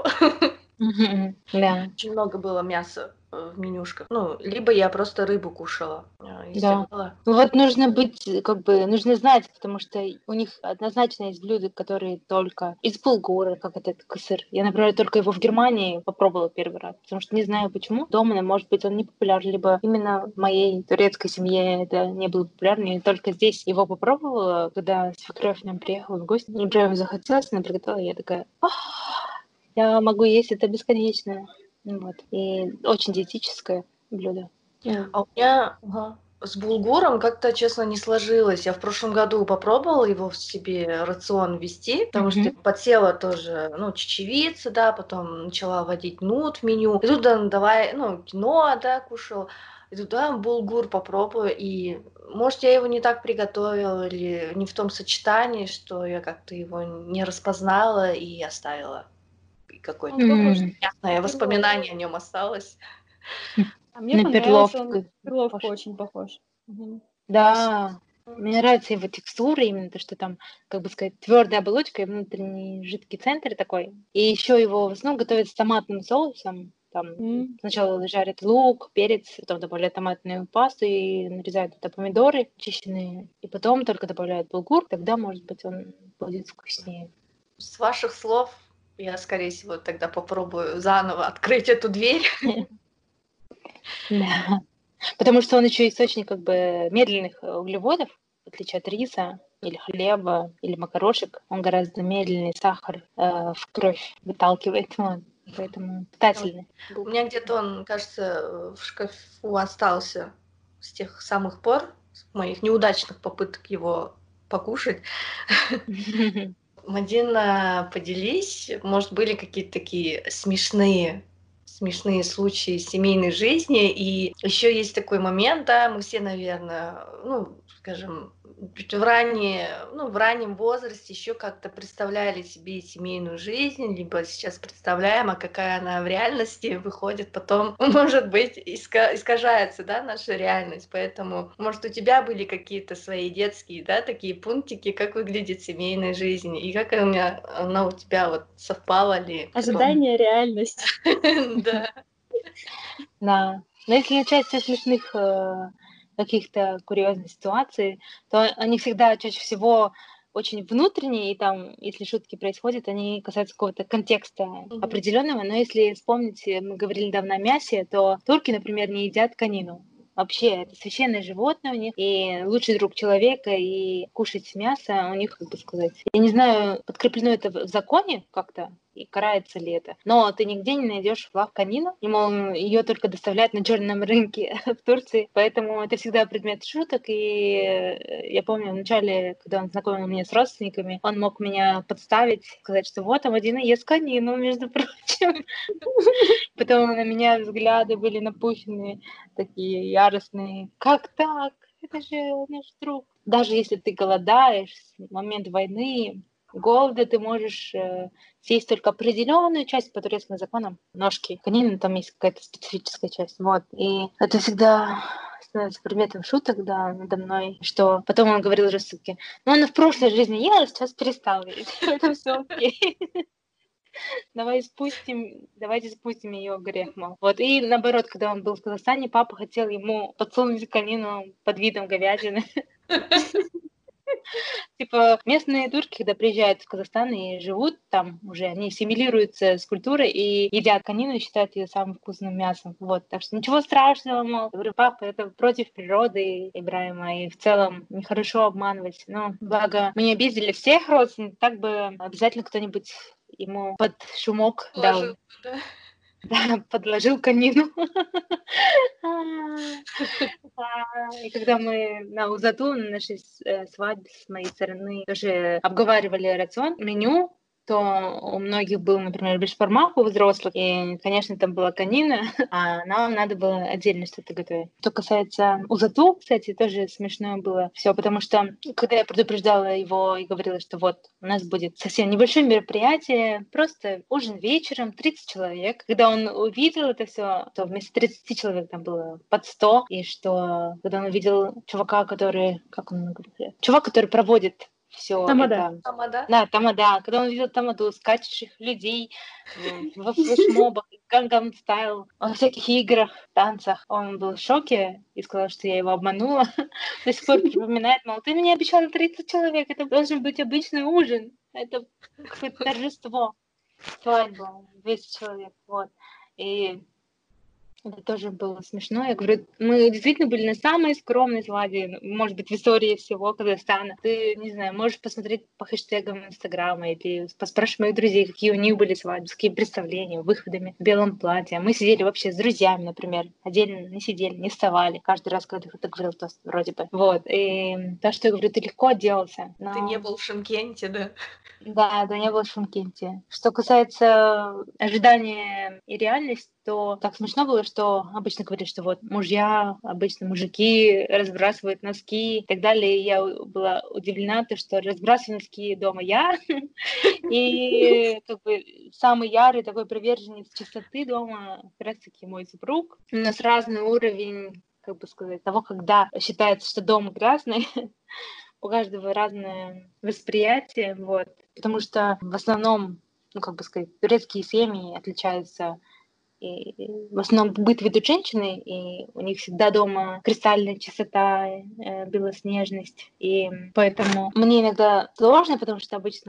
Да. Очень много было мяса в менюшках. Ну, либо я просто рыбу кушала. Да. Вот нужно быть, нужно знать, потому что у них однозначно есть блюда, которые только из булгура, как этот кысыр. Я, например, только его в Германии попробовала первый раз, потому что не знаю почему. Дома, может быть, он не популярен, либо именно в моей турецкой семье это не было популярно. Я только здесь его попробовала, когда свекровь к нам приехала в гости. Мне прям захотелось, она приготовила, я такая, я могу есть это бесконечно. Вот. И очень диетическое блюдо. А у меня с булгуром как-то, честно, не сложилось. Я в прошлом году попробовала его в себе рацион ввести, потому что подсела тоже, чечевица, да, потом начала вводить нут в меню. И туда давай, киноа, да, кушала. И туда булгур попробую. И, может, я его не так приготовила или не в том сочетании, что я как-то его не распознала и оставила. И какое-то непонятное воспоминание о нем осталось. А мне понравился, он на перловку очень похож. Да, мне нравится его текстура, именно то, что там, как бы сказать, твердая оболочка и внутренний жидкий центр такой. И еще его в основном готовят с томатным соусом. Там сначала жарят лук, перец, потом добавляют томатную пасту и нарезают туда помидоры чищенные. И потом только добавляют булгур, тогда, может быть, он будет вкуснее. С ваших слов я, скорее всего, тогда попробую заново открыть эту дверь. Да. Потому что он еще источник медленных углеводов, в отличие от риса или хлеба или макарошек. Он гораздо медленнее сахар в кровь выталкивает. Поэтому питательный. У меня где-то он, кажется, в шкафу остался с тех самых пор, с моих неудачных попыток его покушать. Мадина, поделись, может, были какие-то такие смешные случаи семейной жизни. И еще есть такой момент, да, мы все, наверное, скажем, в раннем возрасте еще как-то представляли себе семейную жизнь, либо сейчас представляем, а какая она в реальности выходит, потом, может быть, искажается, да, наша реальность. Поэтому, может, у тебя были какие-то свои детские, да, такие пунктики, как выглядит семейная жизнь, и как она у тебя вот совпала ли? Ожидание, реальность. Да. Да. Но если начать со смешных каких-то курьезных ситуаций, то они всегда чаще всего очень внутренние, и там, если шутки происходят, они касаются какого-то контекста определенного. Но если вспомнить, мы говорили недавно о мясе, то турки, например, не едят конину. Вообще, это священное животное у них, и лучший друг человека, и кушать мясо у них, как бы сказать. Я не знаю, подкреплено это в законе как-то, и карается ли это. Но ты нигде не найдешь флаг конину, и, мол, ее только доставляют на черном рынке в Турции, поэтому это всегда предмет шуток, и я помню, вначале, когда он знакомил меня с родственниками, он мог меня подставить, сказать, что вот, Мадина ест конину, между прочим. Потом на меня взгляды были напущены, такие яростные. Как так? Это же наш друг. Даже если ты голодаешь в момент войны, голода, ты можешь съесть только определенную часть по турецким законам. Ножки конины, там есть какая-то специфическая часть. Вот. И это всегда становится предметом шуток, да, надо мной, что потом он говорил жестко, она в прошлой жизни ела, сейчас перестал есть. Это все окей. Давайте спустим ее грех, мол. Вот, и наоборот, когда он был в Казахстане, папа хотел ему подсунуть конину под видом говядины. Типа местные турки, когда приезжают в Казахстан и живут там уже, они ассимилируются с культурой и едят конину и считают ее самым вкусным мясом. Вот, так что ничего страшного, мол. Я говорю, папа, это против природы Ибрахима, и в целом нехорошо обманывать. Но благо мы не обидели всех родственников, так бы обязательно кто-нибудь ему под шумок дал. Положил, да? Да, подложил конину. И когда мы на Узату, на нашей свадьбе с моей стороны, тоже обговаривали рацион, меню, то у многих был, например, бешбармак у взрослых, и, конечно, там была конина, а нам надо было отдельно что-то готовить. Что касается Узату, кстати, тоже смешное было все, потому что, когда я предупреждала его и говорила, что вот, у нас будет совсем небольшое мероприятие, просто ужин вечером, 30 человек. Когда он увидел это все, то вместо 30 человек там было под 100, и что, когда он увидел чувака, который, как он говорит, чувак, который проводит все это. Тамада. Да, тамада. Когда он видел тамаду, скачущих людей во флешмобах, Gangnam Style, во всяких играх, танцах, он был в шоке и сказал, что я его обманула. До сих пор припоминает, мол, ты мне обещала 30 человек, это должен быть обычный ужин. Это какое-то торжество. Свадьба, 200 человек, вот. И это тоже было смешно. Я говорю, мы действительно были на самой скромной свадьбе, может быть, в истории всего Казахстана. Ты, не знаю, можешь посмотреть по хэштегам Инстаграма, и ты поспрашивай моих друзей, какие у них были свадьбы, какие представления, выходами в белом платье. Мы сидели вообще с друзьями, например, отдельно не сидели, не вставали. Каждый раз, когда ты говорил тост, вроде бы. Вот. И то, что я говорю, ты легко отделался. Но... Ты не был в Шымкенте, да? Да, не было в Шымкенте. Что касается ожидания и реальности, то так смешно было, что обычно говорят, что вот мужья, обычно мужики разбрасывают носки и так далее. И я была удивлена, то, что разбрасываю носки дома я. И как бы самый ярый такой приверженец чистоты дома как раз-таки мой супруг. У нас разный уровень, как бы сказать, того, когда считается, что дом грязный. У каждого разное восприятие, вот. Потому что в основном, ну, как бы сказать, турецкие семьи отличаются, и в основном быт ведут женщины, и у них всегда дома кристальная чистота, белоснежность. И поэтому мне иногда сложно, потому что обычно,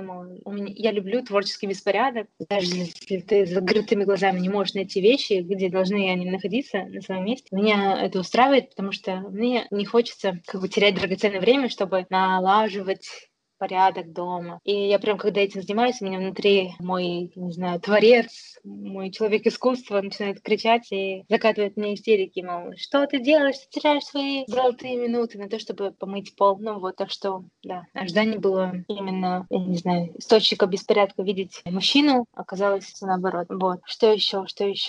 я люблю творческий беспорядок. Даже если ты с закрытыми глазами не можешь найти вещи, где должны они находиться на своем месте, меня это устраивает, потому что мне не хочется как бы терять драгоценное время, чтобы налаживать порядок дома. И я прям, когда этим занимаюсь, у меня внутри мой, не знаю, творец, мой человек искусства начинает кричать и закатывает мне истерики, мол, что ты делаешь, ты теряешь свои золотые минуты на то, чтобы помыть пол. Ну вот, так что, да, ожидание было именно, я не знаю, источника беспорядка видеть мужчину, оказалось все наоборот. Вот. Что еще?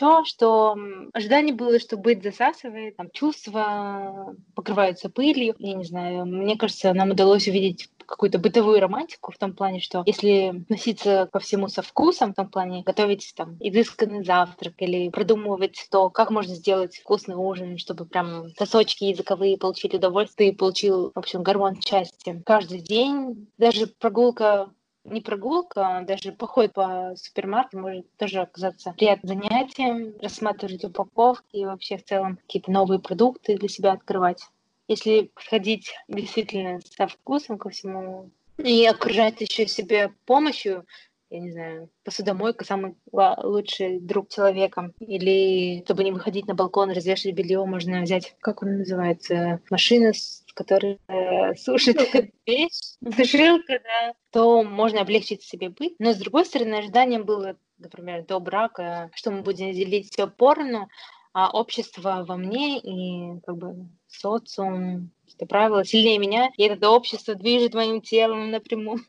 Что ожидание было, что быт засасывает, там чувства покрываются пылью. Я не знаю, мне кажется, нам удалось увидеть какую-то бытовую романтику в том плане, что если относиться ко всему со вкусом, в том плане готовить там изысканный завтрак или продумывать то, как можно сделать вкусный ужин, чтобы прям сосочки языковые получили удовольствие и получил, в общем, гормон счастья. Каждый день, даже прогулка, не прогулка, а даже поход по супермаркету может тоже оказаться приятным занятием, рассматривать упаковки и вообще в целом какие-то новые продукты для себя открывать. Если подходить действительно со вкусом ко всему и окружать еще себя помощью, я не знаю, посудомойка самый лучший друг человека. Или чтобы не выходить на балкон, развешивать белье, можно взять, как он называется, машина, которая сушит вещь, сушилка, да, то можно облегчить себе быт. Но с другой стороны, ожиданием было, например, до брака, что мы будем делить все поровну, а общество во мне и как бы социум, это правило сильнее меня, и это общество движет моим телом напрямую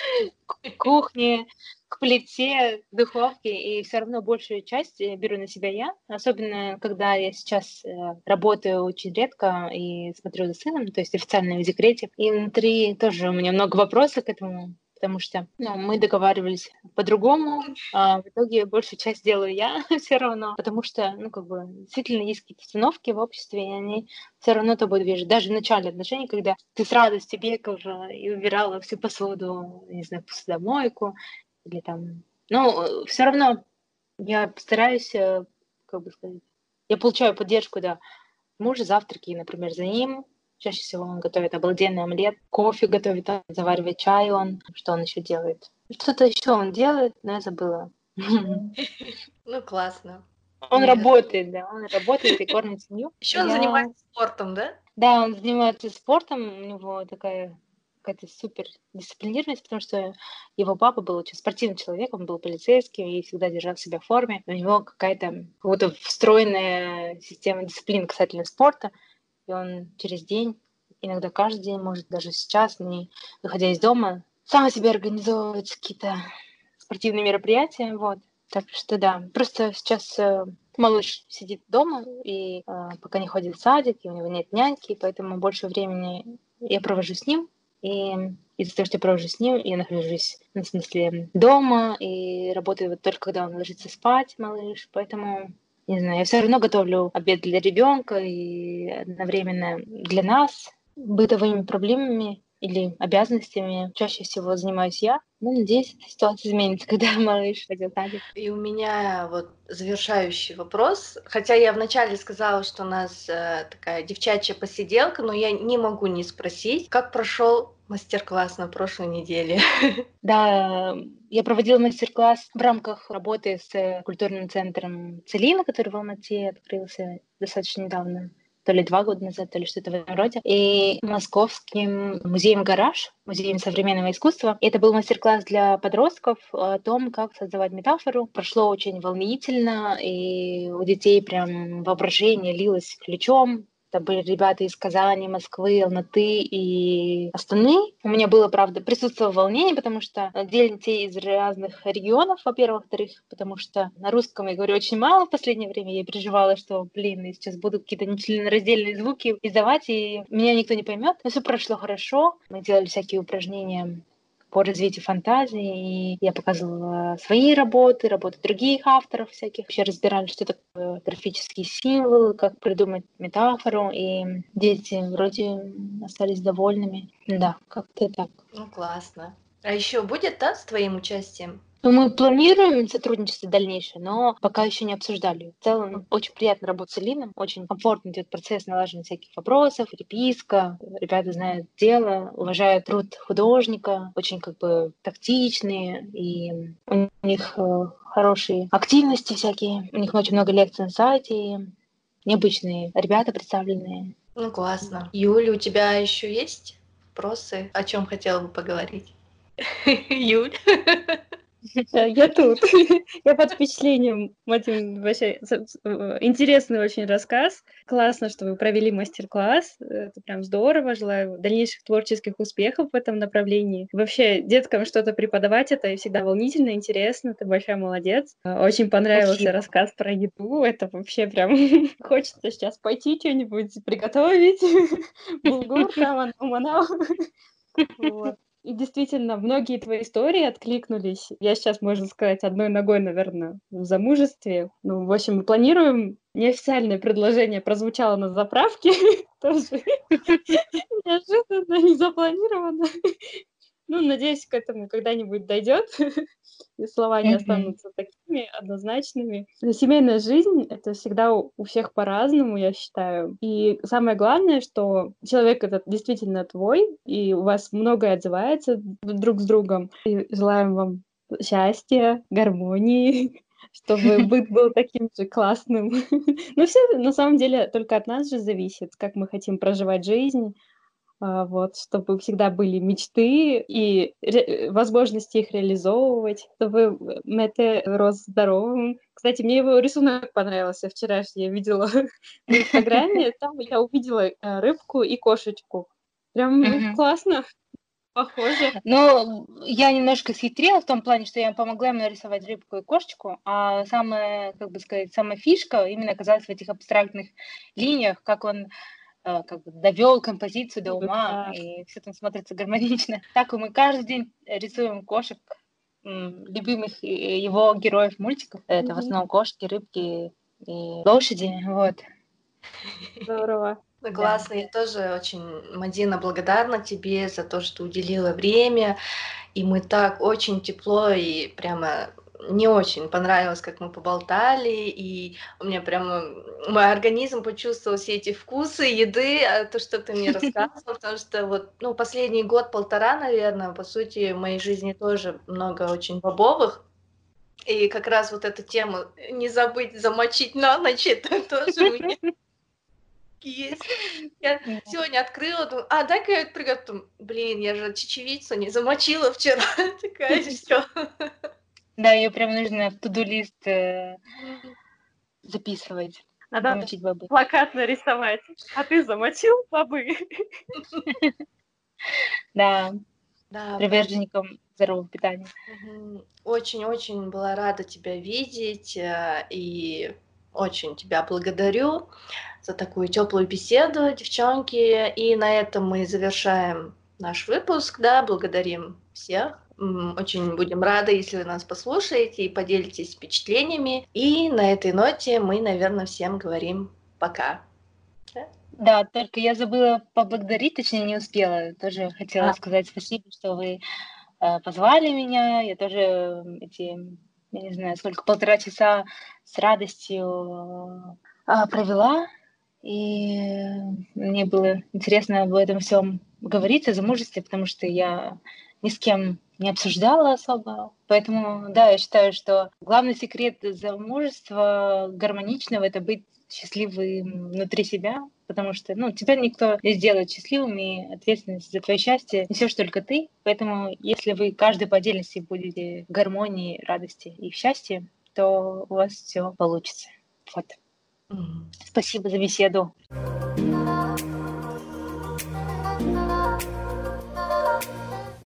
к кухне, к плите, к духовке, и все равно большую часть беру на себя я, особенно когда я сейчас работаю очень редко и смотрю за сыном, то есть официально в декрете, и внутри тоже у меня много вопросов к этому, потому что мы договаривались по-другому, а в итоге большую часть делаю я все равно, потому что, как бы, действительно есть какие-то установки в обществе, и они все равно тобой движут. Даже в начале отношений, когда ты с радостью бегала и убирала всю посуду, не знаю, посудомойку, или там... Но все равно я постараюсь, как бы сказать, я получаю поддержку, да, мужа, завтраки, например, за ним. Чаще всего он готовит обалденный омлет, кофе готовит, заваривает чай он. Что он еще делает? Что-то еще он делает, но я забыла. Ну, классно. Он работает, да, он работает и кормит семью. Еще он занимается спортом, да? Да, он занимается спортом, у него такая какая-то супер дисциплинированность, потому что его папа был очень спортивный человек, он был полицейским и всегда держал себя в форме. У него какая-то встроенная система дисциплины касательно спорта, и он через день, иногда каждый день, может даже сейчас, не выходя из дома, сам себе организовывает какие-то спортивные мероприятия, вот. Так что да, просто сейчас малыш сидит дома и пока не ходит в садик, и у него нет няньки, поэтому больше времени я провожу с ним. И из-за того, что я провожу с ним, я нахожусь, в смысле, дома и работаю вот только когда он ложится спать, малыш. Поэтому, не знаю, я все равно готовлю обед для ребенка и одновременно для нас бытовыми проблемами или обязанностями чаще всего занимаюсь я. Ну, надеюсь, эта ситуация изменится, когда малыш пойдет в садик. И у меня вот завершающий вопрос. Хотя я вначале сказала, что у нас такая девчачья посиделка, но я не могу не спросить, как прошел мастер-класс на прошлой неделе. Да, я проводила мастер-класс в рамках работы с культурным центром Целина, который в Алмате открылся достаточно недавно. То ли 2 года назад, то ли что-то в этом роде, и Московским музеем «Гараж», музеем современного искусства. Это был мастер-класс для подростков о том, как создавать метафору. Прошло очень волнительно, и у детей прям воображение лилось ключом. Там были ребята из Казани, Москвы, Алматы и Астаны. У меня было, правда, присутствовало волнение, потому что детей из разных регионов, во-первых. Во-вторых, потому что на русском я говорю очень мало в последнее время. Я переживала, что, я сейчас буду какие-то нечленораздельные звуки издавать, и меня никто не поймет. Но все прошло хорошо. Мы делали всякие упражнения по развитию фантазии, и я показывала свои работы других авторов всяких. Вообще разбирали, что такое графические символы, как придумать метафору, и дети вроде остались довольными. Да, как-то так. Ну, классно. А еще будет, да, с твоим участием? Ну, мы планируем сотрудничество дальнейшее, но пока еще не обсуждали. В целом, очень приятно работать с Элином, очень комфортно идет процесс налаживания всяких вопросов, переписка. Ребята знают дело, уважают труд художника, очень тактичные, и у них хорошие активности всякие, у них очень много лекций на сайте, и необычные ребята представленные. Ну, классно. Юля, у тебя еще есть вопросы, о чем хотела бы поговорить? Юль? Я тут. Я под впечатлением. Матин, вообще интересный очень рассказ. Классно, что вы провели мастер-класс. Это прям здорово. Желаю дальнейших творческих успехов в этом направлении. Вообще, деткам что-то преподавать, это всегда волнительно, интересно. Ты большая молодец. Очень понравился рассказ про еду. Это вообще прям хочется сейчас пойти что-нибудь приготовить. Булгур, там, манау. Вот. И действительно, многие твои истории откликнулись. Я сейчас, можно сказать, одной ногой, наверное, в замужестве. Ну, в общем, мы планируем. Неофициальное предложение прозвучало на заправке. Тоже неожиданно, не запланировано. Ну, надеюсь, к этому когда-нибудь дойдет, и слова не останутся такими однозначными. Но семейная жизнь — это всегда у всех по-разному, я считаю. И самое главное, что человек этот действительно твой, и у вас многое отзывается друг с другом. И желаем вам счастья, гармонии, чтобы быт был таким же классным. Но все на самом деле только от нас же зависит, как мы хотим проживать жизнь. Вот, чтобы всегда были мечты и возможности их реализовывать, чтобы Мэтэ рос здоровым. Кстати, мне его рисунок понравился вчерашний, я видела в Инстаграме, там я увидела рыбку и кошечку. Прям классно, похоже. Ну, я немножко схитрила в том плане, что я помогла ему нарисовать рыбку и кошечку, а самая, самая фишка именно оказалась в этих абстрактных линиях, как он довел композицию до ума, и все там смотрится гармонично. Так и мы каждый день рисуем кошек, любимых его героев мультиков. Это в основном кошки, рыбки и лошади. Вот. Здорово. Ну, классно. Я тоже очень, Мадина, благодарна тебе за то, что уделила время. И мы так очень тепло и прямо мне очень понравилось, как мы поболтали, и у меня прямо мой организм почувствовал все эти вкусы еды, то, что ты мне рассказывала, потому что вот, последний год-полтора, наверное, по сути, в моей жизни тоже много очень бобовых, и как раз вот эту тему не забыть замочить на ночь, это тоже мне Есть. Я сегодня открыла, думаю, дай-ка я приготовлю. Блин, я же чечевицу не замочила вчера. Такая все. Да, ее прям нужно в туду-лист записывать. Надо Замочить бобы. плакат нарисовать. А ты замочил бобы? Да, Да, приверженником здорового питания. Очень-очень была рада тебя видеть и очень тебя благодарю за такую теплую беседу, девчонки. И на этом мы завершаем наш выпуск, да, благодарим всех. Очень будем рады, если вы нас послушаете и поделитесь впечатлениями. И на этой ноте мы, наверное, всем говорим пока. Да, только я забыла поблагодарить, точнее не успела. Тоже хотела сказать спасибо, что вы позвали меня. Я тоже я не знаю, сколько, 1,5 часа с радостью провела. И мне было интересно об этом всем говорить, о замужестве, потому что я ни с кем не обсуждала особо. Поэтому, да, я считаю, что главный секрет замужества гармоничного — это быть счастливым внутри себя, потому что, тебя никто не сделает счастливым, и ответственность за твое счастье несешь только ты. Поэтому, если вы каждый по отдельности будете в гармонии, радости и в счастье, то у вас все получится. Вот. Спасибо за беседу.